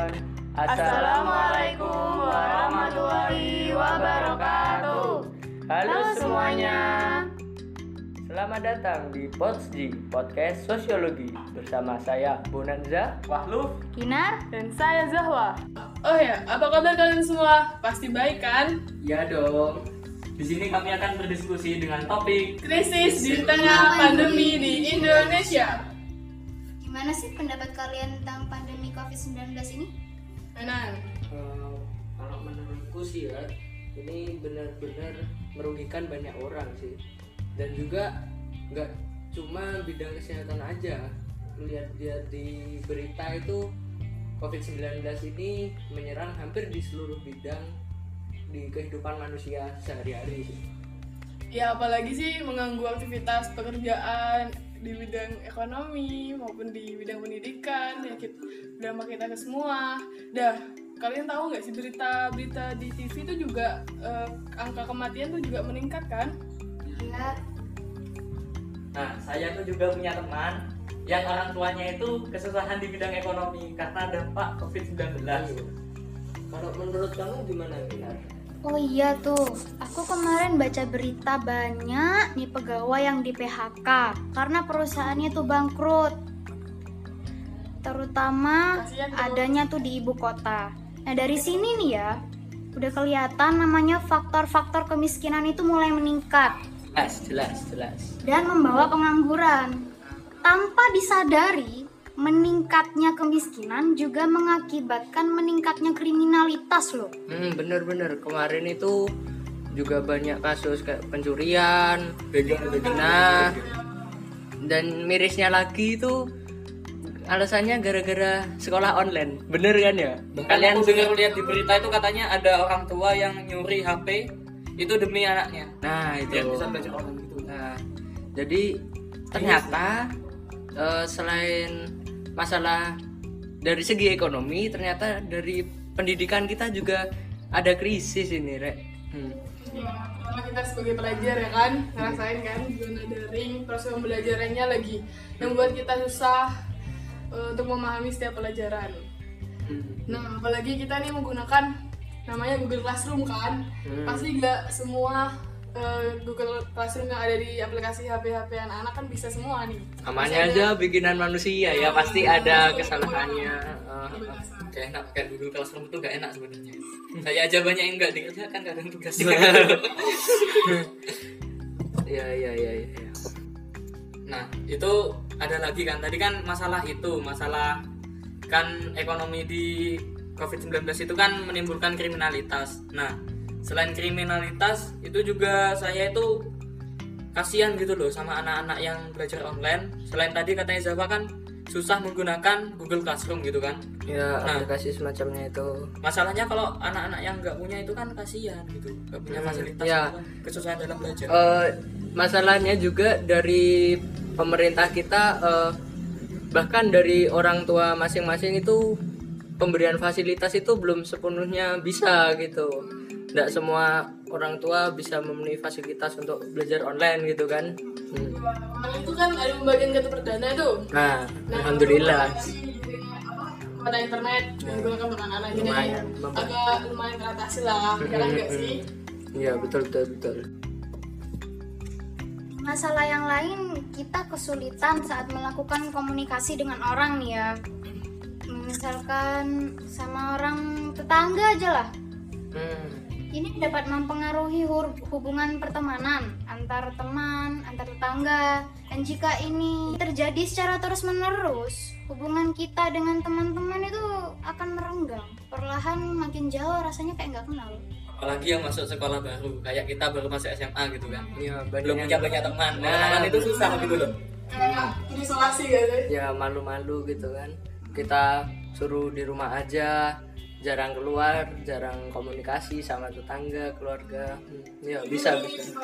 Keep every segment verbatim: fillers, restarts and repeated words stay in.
everyone. Assalamualaikum warahmatullahi wabarakatuh. Halo semuanya. Selamat datang di Podsji, Podcast Sosiologi. Bersama saya Bonanza, Wahluf, Kinar, dan saya Zahwa. Oh ya, apa kabar kalian semua? Pasti baik kan? ya dong. Di sini kami akan berdiskusi dengan topik Krisis di tengah pandemi di Indonesia. Gimana sih pendapat kalian tentang pandemi covid sembilan belas ini? Enak. Uh, kalau menurutku sih ya, ini benar-benar merugikan banyak orang sih. Dan juga nggak cuma bidang kesehatan aja. Lihat-lihat di berita itu covid sembilan belas ini menyerang hampir di seluruh bidang di kehidupan manusia sehari-hari sih. Ya apalagi sih mengganggu aktivitas pekerjaan di bidang ekonomi maupun di bidang pendidikan, ya kita berdampak kita ke semua. Dah, kalian tahu nggak sih berita-berita di T V itu juga eh, angka kematian tuh juga meningkat kan? Iya. Nah, saya tuh juga punya teman yang orang tuanya itu kesusahan di bidang ekonomi karena dampak covid sembilan belas. Kalau menurut kamu gimana, Kinar? Oh iya tuh, aku kemarin baca berita banyak nih pegawai yang di P H K karena perusahaannya tuh bangkrut. Terutama Kasian tuh. adanya tuh di ibu kota. Nah dari sini nih ya, udah kelihatan namanya faktor-faktor kemiskinan itu mulai meningkat Jelas, jelas, jelas. dan membawa pengangguran. Tanpa disadari, meningkatnya kemiskinan juga mengakibatkan meningkatnya kriminalitas loh. Hmm, bener-bener kemarin itu juga banyak kasus kayak pencurian, nah, dan mirisnya lagi itu alasannya gara-gara sekolah online, bener kan ya? Kalian dengar lihat di berita itu katanya ada orang tua yang nyuri H P itu demi anaknya. Nah itu. Biar bisa belajar online gitu. Nah, jadi ternyata uh, selain masalah dari segi ekonomi, ternyata dari pendidikan kita juga ada krisis ini, Rek. Hmm. Ya, karena kita sebagai pelajar ya kan, ngerasain kan zona daring, proses pembelajarannya lagi yang buat kita susah uh, untuk memahami setiap pelajaran. Nah, apalagi kita nih menggunakan namanya Google Classroom kan, Hmm. pasti nggak semua uh, Google Classroom yang ada di aplikasi H P H P anak-anak kan bisa semua nih. Namanya Pasti aja bikinan manusia ya, pasti ada kesalahannya. Uh, Kayak enak pakai Google Classroom itu gak enak sebenarnya. Saya aja banyak yang nggak dikerjakan kadang tugasnya. ya, ya, ya, ya. Nah, itu ada lagi kan. Tadi kan masalah itu, masalah kan ekonomi di covid sembilan belas itu kan menimbulkan kriminalitas. Nah, selain kriminalitas itu juga saya itu kasihan gitu loh sama anak-anak yang belajar online. Selain tadi katanya Zahwa kan susah menggunakan Google Classroom gitu kan. Ya, Nah. aplikasi semacamnya itu. Masalahnya kalau anak-anak yang nggak punya itu kan kasihan gitu, nggak punya Hmm, fasilitas, ya. gitu kan, kesusahan dalam belajar. Uh, masalahnya juga dari pemerintah kita, uh, bahkan dari orang tua masing-masing itu pemberian fasilitas itu belum sepenuhnya bisa gitu. Nggak semua orang tua bisa memenuhi fasilitas untuk belajar online gitu kan. Hmm. Kemarin itu kan ada pembagian kartu perdana itu. Nah, Nah, alhamdulillah. Pada internet yang digunakan untuk anak-anak jadi Lumayan, lumayan. agak lumayan teratasi lah, ya kan nggak sih? Iya, betul betul betul. Masalah yang lain, kita kesulitan saat melakukan komunikasi dengan orang nih ya. Misalkan sama orang tetangga aja lah. Hmm. Ini dapat mempengaruhi hur- hubungan pertemanan antar teman, antar tetangga. Dan jika ini terjadi secara terus-menerus, hubungan kita dengan teman-teman itu akan merenggang. Perlahan makin jauh, rasanya kayak nggak kenal. Apalagi yang masuk sekolah baru, kayak kita baru masuk S M A gitu kan, Ya, belum banyak punya banyak teman, Nah, teman itu susah gitu loh. Kayak isolasi gak sih? ya malu-malu gitu kan. Kita suruh di rumah aja, jarang keluar, jarang komunikasi sama tetangga, keluarga. Hmm, ya bisa bisa.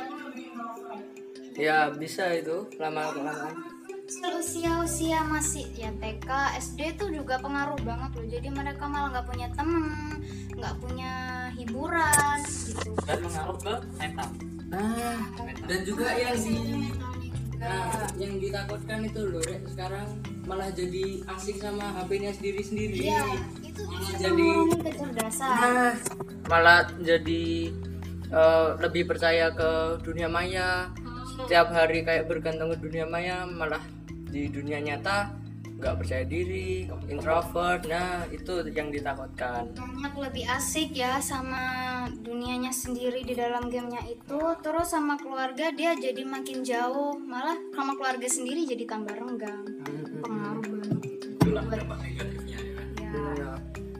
Ya bisa itu lama-kelamaan. Usia-usia masih ya T K, S D tuh juga pengaruh banget loh. Jadi mereka malah nggak punya temen, nggak punya hiburan gitu. Dan mengaruh ke mental. Nah, dan juga yang di nah, yang ditakutkan itu loh Rek, sekarang malah jadi asik sama H P-nya sendiri-sendiri. Iya, itu Malah bisa jadi mengurangi kecerdasan. nah, malah jadi eh, lebih percaya ke dunia maya. Setiap hari kayak bergantung ke dunia maya, malah di dunia nyata nggak percaya diri, introvert. Nah, itu yang ditakutkan. Banyak lebih asik ya sama dunianya sendiri di dalam gamenya itu, terus sama keluarga dia jadi makin jauh, malah sama keluarga sendiri jadi tambah renggang. Pengaruh banget. Itulah dampak negatifnya ya kan. Ya. Nah,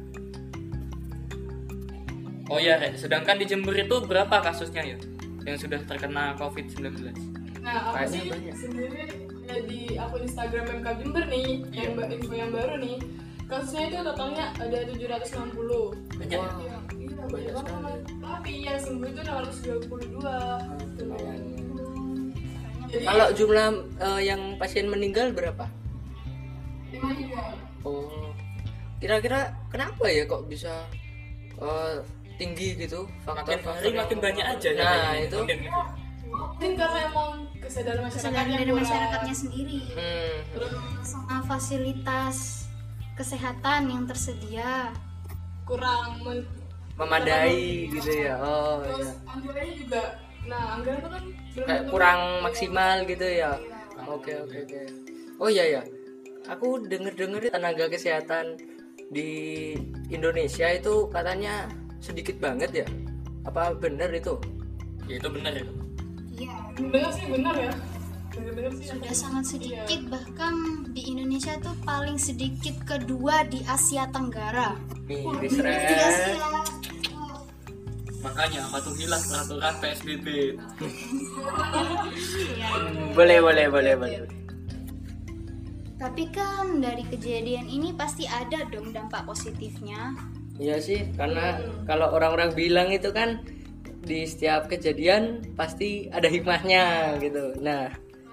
Oh ya, Rek, sedangkan di Jember itu berapa kasusnya ya yang sudah terkena covid sembilan belas? Nah, aku Kayaknya sih banyak. sendiri ya di akun Instagram M K Jember nih, yang ba- info yang baru nih, kasusnya itu totalnya ada tujuh ratus enam puluh. Banyak ya? Iya, iya, Banyak banyak sekali. banget. Tapi yang sembuh itu enam ratus dua puluh dua. lumayan. Jadi Kalau jumlah eh, yang pasien meninggal berapa? lima juga. Oh, kira-kira kenapa ya kok bisa eh, tinggi gitu Makin faktor-faktor hari yang- makin banyak aja ya, Nah, kayak itu gini. Mungkin karena emang kesadaran masyarakat Kesadaran yang dari kurang. masyarakatnya sendiri, hmm, Terus sama fasilitas kesehatan yang tersedia. kurang men- memadai gitu ya. Oh, terus ya. anggarannya juga, nah anggaran itu kan belum Kayak tentu- kurang maksimal gitu ya. Oke, oke, oke. Oh iya ya. Aku denger-denger tenaga kesehatan di Indonesia itu katanya sedikit banget ya. Apa benar itu? Ya itu benar ya. Iya, Bener sih, benar ya. Bener-bener sih. sudah sangat sedikit, bahkan di Indonesia tuh paling sedikit kedua di Asia Tenggara. Nih, Di Red. Asia. Makanya patuhilah peraturan P S B B. Boleh, boleh, boleh, boleh. Tapi kan dari kejadian ini pasti ada dong dampak positifnya. Iya sih, karena kalau orang-orang bilang itu kan di setiap kejadian pasti ada hikmahnya gitu. Nah,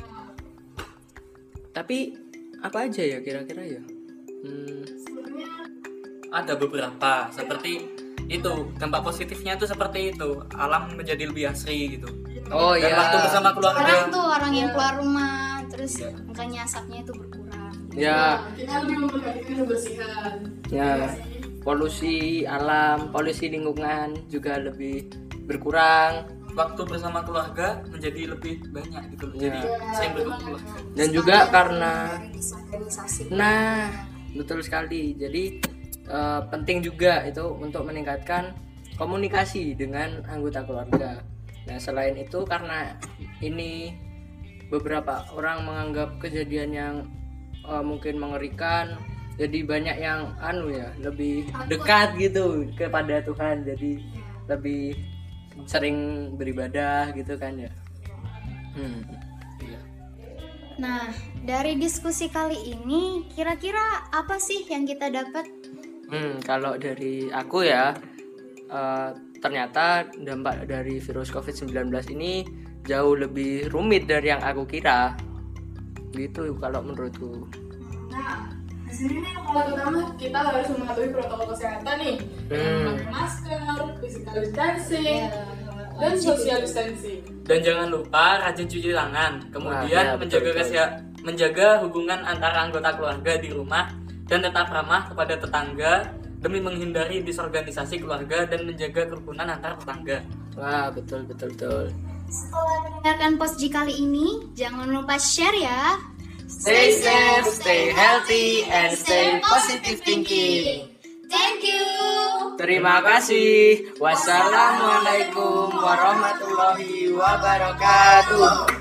tapi apa aja ya kira-kira ya? Hmm, Ada beberapa seperti itu, dampak positifnya itu seperti itu, alam menjadi lebih asri gitu. oh Dan ya. waktu bersama Orang keluarga. tuh orang yang keluar rumah, terus makanya asapnya itu berkurang. Ya, Kita lebih memperhatikan kebersihan. ya. Polusi alam, polusi lingkungan juga lebih berkurang. Waktu bersama keluarga menjadi lebih banyak gitu loh. Jadi Ya. sering berkumpul. Dan juga karena Dari disorganisasi. nah, betul sekali. Jadi eh, penting juga itu untuk meningkatkan komunikasi dengan anggota keluarga. Nah, selain itu karena ini beberapa orang menganggap kejadian yang eh, mungkin mengerikan, jadi banyak yang anu ya, lebih dekat gitu kepada Tuhan. Jadi lebih sering beribadah gitu kan ya. Hmm. Iya. Nah, dari diskusi kali ini kira-kira apa sih yang kita dapat? Hmm, kalau dari aku ya, eh, ternyata dampak dari virus covid sembilan belas ini jauh lebih rumit dari yang aku kira. Gitu kalau menurutku. Nah, di sini nih yang paling utama kita harus mematuhi protokol kesehatan nih, dengan Hmm. memakai masker, physical distancing, dan social distancing. Dan jangan lupa rajin cuci tangan. Kemudian Nah, ya, betul, menjaga betul. kesia- menjaga hubungan antara anggota keluarga di rumah dan tetap ramah kepada tetangga demi menghindari disorganisasi keluarga dan menjaga kerukunan antar tetangga. Wah, betul betul betul. Setelah mendengarkan Posji kali ini, jangan lupa share ya. Stay safe, stay healthy, and stay positive thinking. Thank you. Terima kasih. Wassalamualaikum warahmatullahi wabarakatuh.